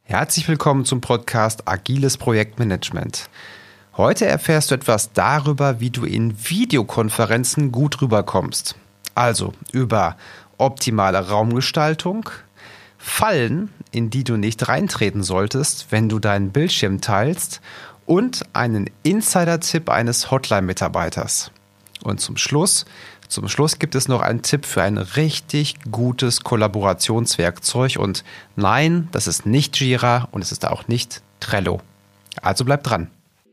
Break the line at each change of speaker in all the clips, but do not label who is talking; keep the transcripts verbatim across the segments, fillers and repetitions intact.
Herzlich willkommen zum Podcast Agiles Projektmanagement. Heute erfährst du etwas darüber, wie du in Videokonferenzen gut rüberkommst. Also über optimale Raumgestaltung, Fallen, in die du nicht reintreten solltest, wenn du deinen Bildschirm teilst, und einen Insider-Tipp eines Hotline-Mitarbeiters. Und zum Schluss, zum Schluss gibt es noch einen Tipp für ein richtig gutes Kollaborationswerkzeug. Und nein, das ist nicht Jira und es ist auch nicht Trello. Also bleib dran.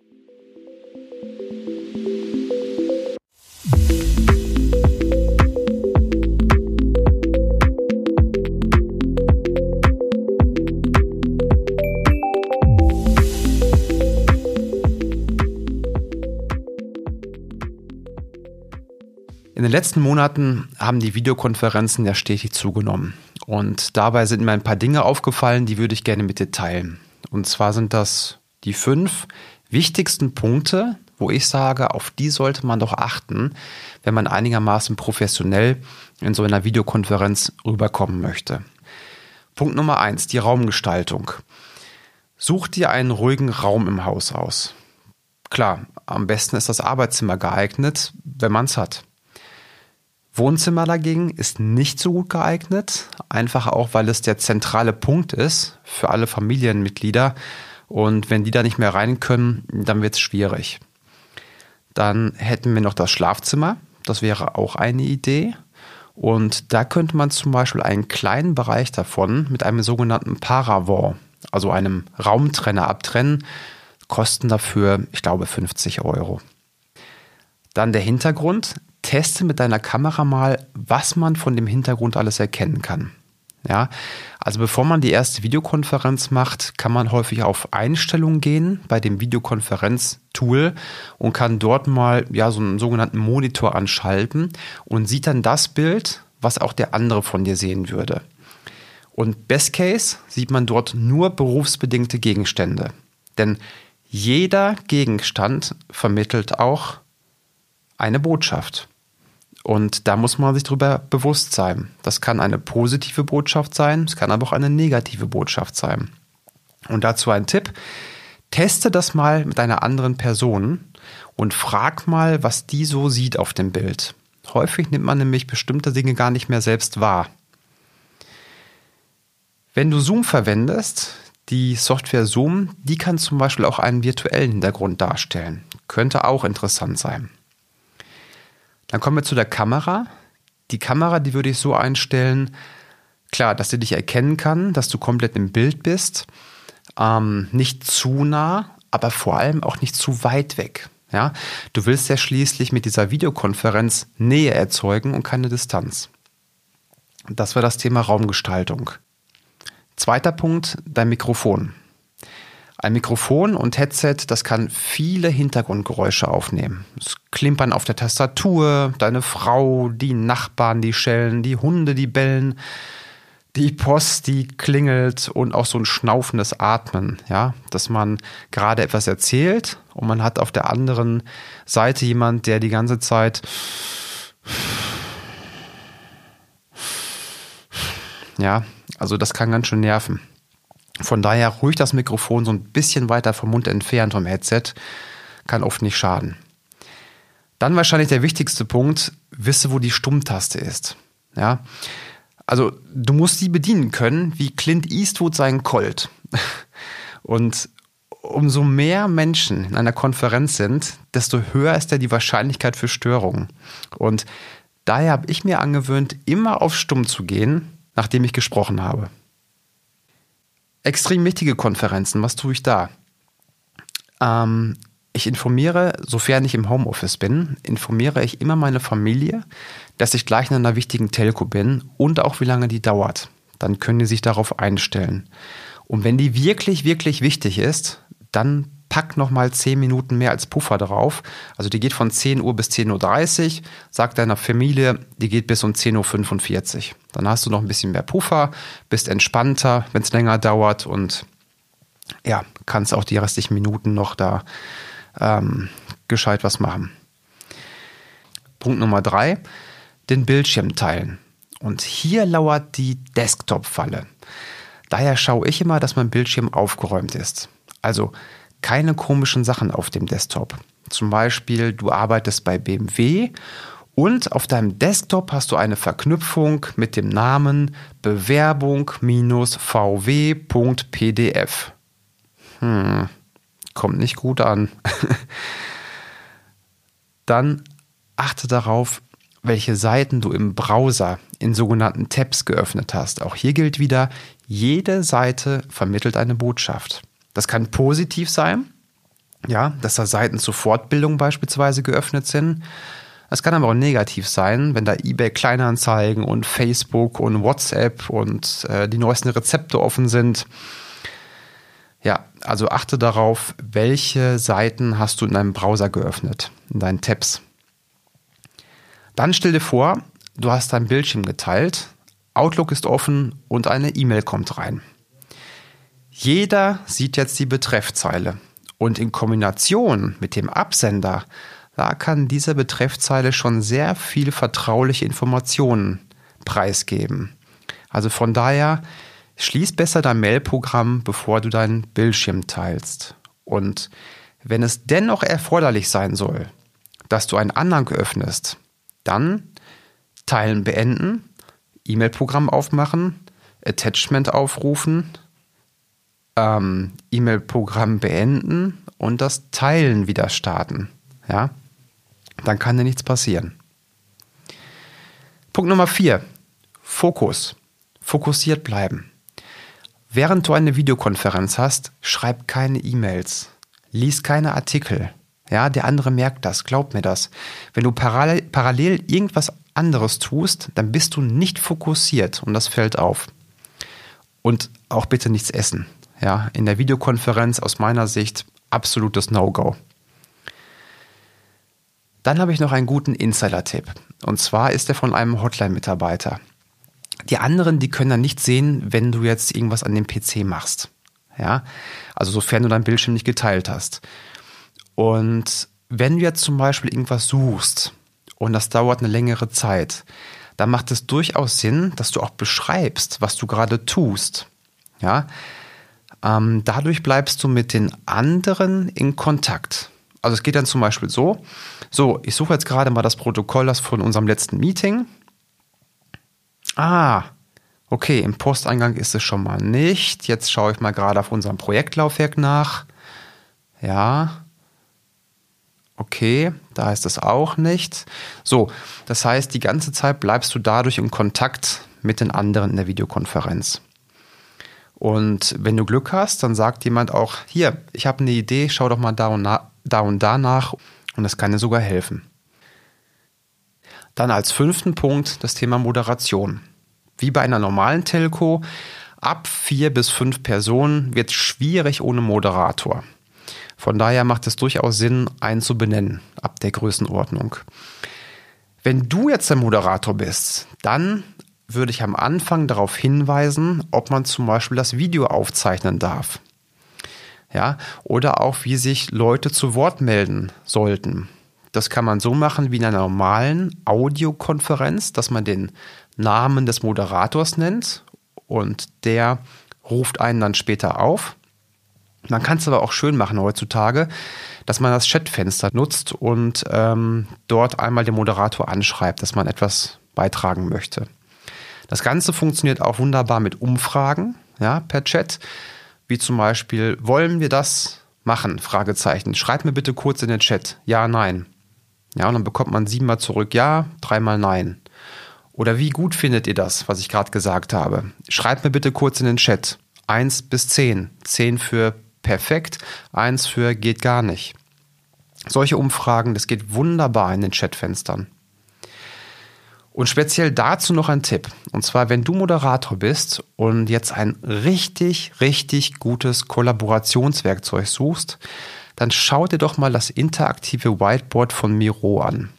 In den letzten Monaten haben die Videokonferenzen ja stetig zugenommen. Und dabei sind mir ein paar Dinge aufgefallen, die würde ich gerne mit dir teilen. Und zwar sind das die fünf wichtigsten Punkte, wo ich sage, auf die sollte man doch achten, wenn man einigermaßen professionell in so einer Videokonferenz rüberkommen möchte. Punkt Nummer eins, die Raumgestaltung. Such dir einen ruhigen Raum im Haus aus. Klar, am besten ist das Arbeitszimmer geeignet, wenn man es hat. Wohnzimmer dagegen ist nicht so gut geeignet, einfach auch, weil es der zentrale Punkt ist für alle Familienmitglieder und wenn die da nicht mehr rein können, dann wird es schwierig. Dann hätten wir noch das Schlafzimmer, das wäre auch eine Idee und da könnte man zum Beispiel einen kleinen Bereich davon mit einem sogenannten Paravent, also einem Raumtrenner abtrennen, kosten dafür, ich glaube, fünfzig Euro. Dann der Hintergrund. Teste mit deiner Kamera mal, was man von dem Hintergrund alles erkennen kann. Ja, also bevor man die erste Videokonferenz macht, kann man häufig auf Einstellungen gehen bei dem Videokonferenz-Tool und kann dort mal ja so einen sogenannten Monitor anschalten und sieht dann das Bild, was auch der andere von dir sehen würde. Und Best Case sieht man dort nur berufsbedingte Gegenstände. Denn jeder Gegenstand vermittelt auch eine Botschaft. Und da muss man sich darüber bewusst sein. Das kann eine positive Botschaft sein, es kann aber auch eine negative Botschaft sein. Und dazu ein Tipp: Teste das mal mit einer anderen Person und frag mal, was die so sieht auf dem Bild. Häufig nimmt man nämlich bestimmte Dinge gar nicht mehr selbst wahr. Wenn du Zoom verwendest, die Software Zoom, die kann zum Beispiel auch einen virtuellen Hintergrund darstellen. Könnte auch interessant sein. Dann kommen wir zu der Kamera. Die Kamera, die würde ich so einstellen, klar, dass sie dich erkennen kann, dass du komplett im Bild bist, ähm, nicht zu nah, aber vor allem auch nicht zu weit weg. Ja? Du willst ja schließlich mit dieser Videokonferenz Nähe erzeugen und keine Distanz. Das war das Thema Raumgestaltung. Zweiter Punkt, dein Mikrofon. Ein Mikrofon und Headset, das kann viele Hintergrundgeräusche aufnehmen. Das Klimpern auf der Tastatur, deine Frau, die Nachbarn, die schellen, die Hunde, die bellen, die Post, die klingelt und auch so ein schnaufendes Atmen, ja, dass man gerade etwas erzählt und man hat auf der anderen Seite jemand, der die ganze Zeit ja, also das kann ganz schön nerven. Von daher ruhig das Mikrofon so ein bisschen weiter vom Mund entfernt vom Headset, kann oft nicht schaden. Dann wahrscheinlich der wichtigste Punkt, wisse, wo die Stummtaste ist. Ja? Also du musst die bedienen können, wie Clint Eastwood seinen Colt. Und umso mehr Menschen in einer Konferenz sind, desto höher ist ja die Wahrscheinlichkeit für Störungen. Und daher habe ich mir angewöhnt, immer auf Stumm zu gehen, nachdem ich gesprochen habe. Extrem wichtige Konferenzen, was tue ich da? Ähm, ich informiere, sofern ich im Homeoffice bin, informiere ich immer meine Familie, dass ich gleich in einer wichtigen Telco bin und auch wie lange die dauert. Dann können die sich darauf einstellen. Und wenn die wirklich, wirklich wichtig ist, dann pack nochmal zehn Minuten mehr als Puffer drauf. Also die geht von zehn Uhr bis zehn Uhr dreißig. Sag deiner Familie, die geht bis um zehn Uhr fünfundvierzig. Dann hast du noch ein bisschen mehr Puffer, bist entspannter, wenn es länger dauert und ja, kannst auch die restlichen Minuten noch da ähm, gescheit was machen. Punkt Nummer drei, den Bildschirm teilen. Und hier lauert die Desktop-Falle. Daher schaue ich immer, dass mein Bildschirm aufgeräumt ist. Also keine komischen Sachen auf dem Desktop. Zum Beispiel, du arbeitest bei B M W und auf deinem Desktop hast du eine Verknüpfung mit dem Namen Bewerbung-V W.pdf. Hm, kommt nicht gut an. Dann achte darauf, welche Seiten du im Browser in sogenannten Tabs geöffnet hast. Auch hier gilt wieder, jede Seite vermittelt eine Botschaft. Das kann positiv sein, ja, dass da Seiten zur Fortbildung beispielsweise geöffnet sind. Es kann aber auch negativ sein, wenn da eBay Kleinanzeigen und Facebook und WhatsApp und äh, die neuesten Rezepte offen sind. Ja, also achte darauf, welche Seiten hast du in deinem Browser geöffnet, in deinen Tabs. Dann stell dir vor, du hast deinen Bildschirm geteilt, Outlook ist offen und eine E-Mail kommt rein. Jeder sieht jetzt die Betreffzeile und in Kombination mit dem Absender, da kann diese Betreffzeile schon sehr viel vertrauliche Informationen preisgeben. Also von daher, schließ besser dein Mailprogramm, bevor du deinen Bildschirm teilst. Und wenn es dennoch erforderlich sein soll, dass du einen anderen öffnest, dann Teilen beenden, E-Mail-Programm aufmachen, Attachment aufrufen, ähm, E-Mail-Programm beenden und das Teilen wieder starten. Ja? Dann kann dir nichts passieren. Punkt Nummer vier. Fokus. Fokussiert bleiben. Während du eine Videokonferenz hast, schreib keine E-Mails. Lies keine Artikel. Ja, der andere merkt das, glaub mir das. Wenn du parallel, parallel irgendwas anderes tust, dann bist du nicht fokussiert und das fällt auf. Und auch bitte nichts essen. Ja, in der Videokonferenz aus meiner Sicht absolutes No-Go. Dann habe ich noch einen guten Insider-Tipp. Und zwar ist er von einem Hotline-Mitarbeiter. Die anderen, die können dann nicht sehen, wenn du jetzt irgendwas an dem P C machst. Ja, also sofern du dein Bildschirm nicht geteilt hast. Und wenn du jetzt zum Beispiel irgendwas suchst und das dauert eine längere Zeit, dann macht es durchaus Sinn, dass du auch beschreibst, was du gerade tust. Ja, ähm, dadurch bleibst du mit den anderen in Kontakt. Also es geht dann zum Beispiel so, so, ich suche jetzt gerade mal das Protokoll das von unserem letzten Meeting. Ah, okay, im Posteingang ist es schon mal nicht. Jetzt schaue ich mal gerade auf unserem Projektlaufwerk nach. Ja, okay, da ist es auch nicht. So, das heißt, die ganze Zeit bleibst du dadurch in Kontakt mit den anderen in der Videokonferenz. Und wenn du Glück hast, dann sagt jemand auch, hier, ich habe eine Idee, schau doch mal da und, na, da und da nach und das kann dir sogar helfen. Dann als fünften Punkt das Thema Moderation. Wie bei einer normalen Telco, ab vier bis fünf Personen wird es schwierig ohne Moderator. Von daher macht es durchaus Sinn, einen zu benennen, ab der Größenordnung. Wenn du jetzt der Moderator bist, dann würde ich am Anfang darauf hinweisen, ob man zum Beispiel das Video aufzeichnen darf. Ja, oder auch, wie sich Leute zu Wort melden sollten. Das kann man so machen wie in einer normalen Audiokonferenz, dass man den Namen des Moderators nennt und der ruft einen dann später auf. Man kann es aber auch schön machen heutzutage, dass man das Chatfenster nutzt und ähm, dort einmal den Moderator anschreibt, dass man etwas beitragen möchte. Das Ganze funktioniert auch wunderbar mit Umfragen, ja, per Chat, wie zum Beispiel, wollen wir das machen? Fragezeichen. Schreibt mir bitte kurz in den Chat, ja, nein. Ja, und dann bekommt man siebenmal zurück ja, dreimal nein. Oder wie gut findet ihr das, was ich gerade gesagt habe? Schreibt mir bitte kurz in den Chat. eins bis zehn. zehn für perfekt, eins für geht gar nicht. Solche Umfragen, das geht wunderbar in den Chatfenstern. Und speziell dazu noch ein Tipp. Und zwar, wenn du Moderator bist und jetzt ein richtig, richtig gutes Kollaborationswerkzeug suchst, dann schau dir doch mal das interaktive Whiteboard von Miro an.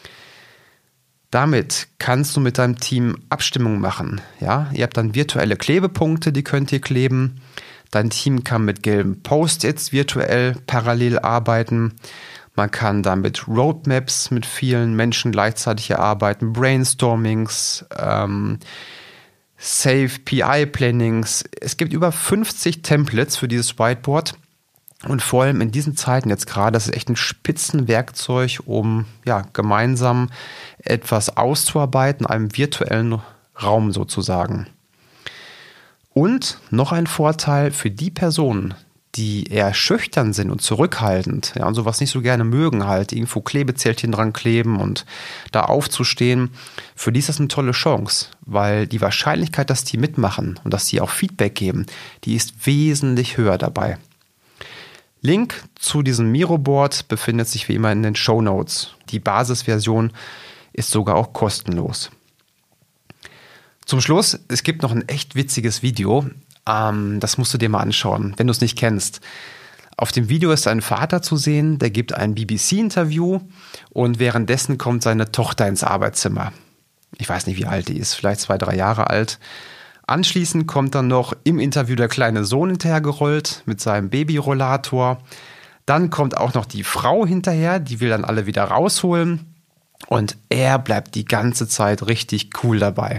Damit kannst du mit deinem Team Abstimmung machen. Ja? Ihr habt dann virtuelle Klebepunkte, die könnt ihr kleben. Dein Team kann mit gelben Post-its virtuell parallel arbeiten. Man kann damit Roadmaps mit vielen Menschen gleichzeitig erarbeiten, Brainstormings, ähm, Safe P I-Plannings. Es gibt über fünfzig Templates für dieses Whiteboard. Und vor allem in diesen Zeiten jetzt gerade, das ist echt ein Spitzenwerkzeug, um ja, gemeinsam etwas auszuarbeiten, in einem virtuellen Raum sozusagen. Und noch ein Vorteil für die Personen, die eher schüchtern sind und zurückhaltend, ja, und sowas nicht so gerne mögen, halt irgendwo Klebezeltchen dran kleben und da aufzustehen, für die ist das eine tolle Chance, weil die Wahrscheinlichkeit, dass die mitmachen und dass die auch Feedback geben, die ist wesentlich höher dabei. Link zu diesem Miro-Board befindet sich wie immer in den Shownotes. Die Basisversion ist sogar auch kostenlos. Zum Schluss, es gibt noch ein echt witziges Video. Ähm, das musst du dir mal anschauen, wenn du es nicht kennst. Auf dem Video ist ein Vater zu sehen, der gibt ein B B C-Interview und währenddessen kommt seine Tochter ins Arbeitszimmer. Ich weiß nicht, wie alt die ist, vielleicht zwei, drei Jahre alt. Anschließend kommt dann noch im Interview der kleine Sohn hinterhergerollt mit seinem Babyrollator. Dann kommt auch noch die Frau hinterher, die will dann alle wieder rausholen. Und er bleibt die ganze Zeit richtig cool dabei.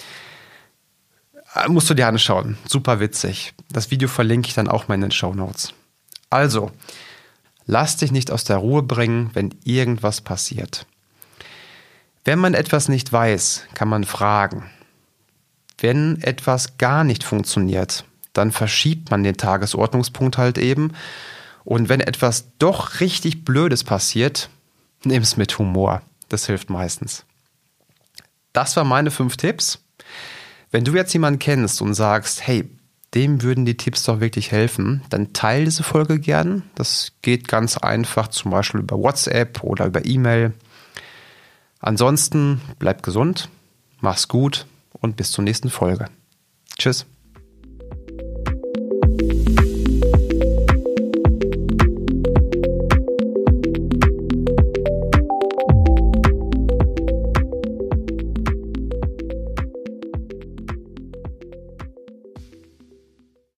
Musst du dir anschauen, super witzig. Das Video verlinke ich dann auch mal in den Shownotes. Also, lass dich nicht aus der Ruhe bringen, wenn irgendwas passiert. Wenn man etwas nicht weiß, kann man fragen. Wenn etwas gar nicht funktioniert, dann verschiebt man den Tagesordnungspunkt halt eben. Und wenn etwas doch richtig Blödes passiert, nimm es mit Humor. Das hilft meistens. Das waren meine fünf Tipps. Wenn du jetzt jemanden kennst und sagst, hey, dem würden die Tipps doch wirklich helfen, dann teile diese Folge gern. Das geht ganz einfach, zum Beispiel über WhatsApp oder über E-Mail. Ansonsten bleib gesund, mach's gut und bis zur nächsten Folge. Tschüss.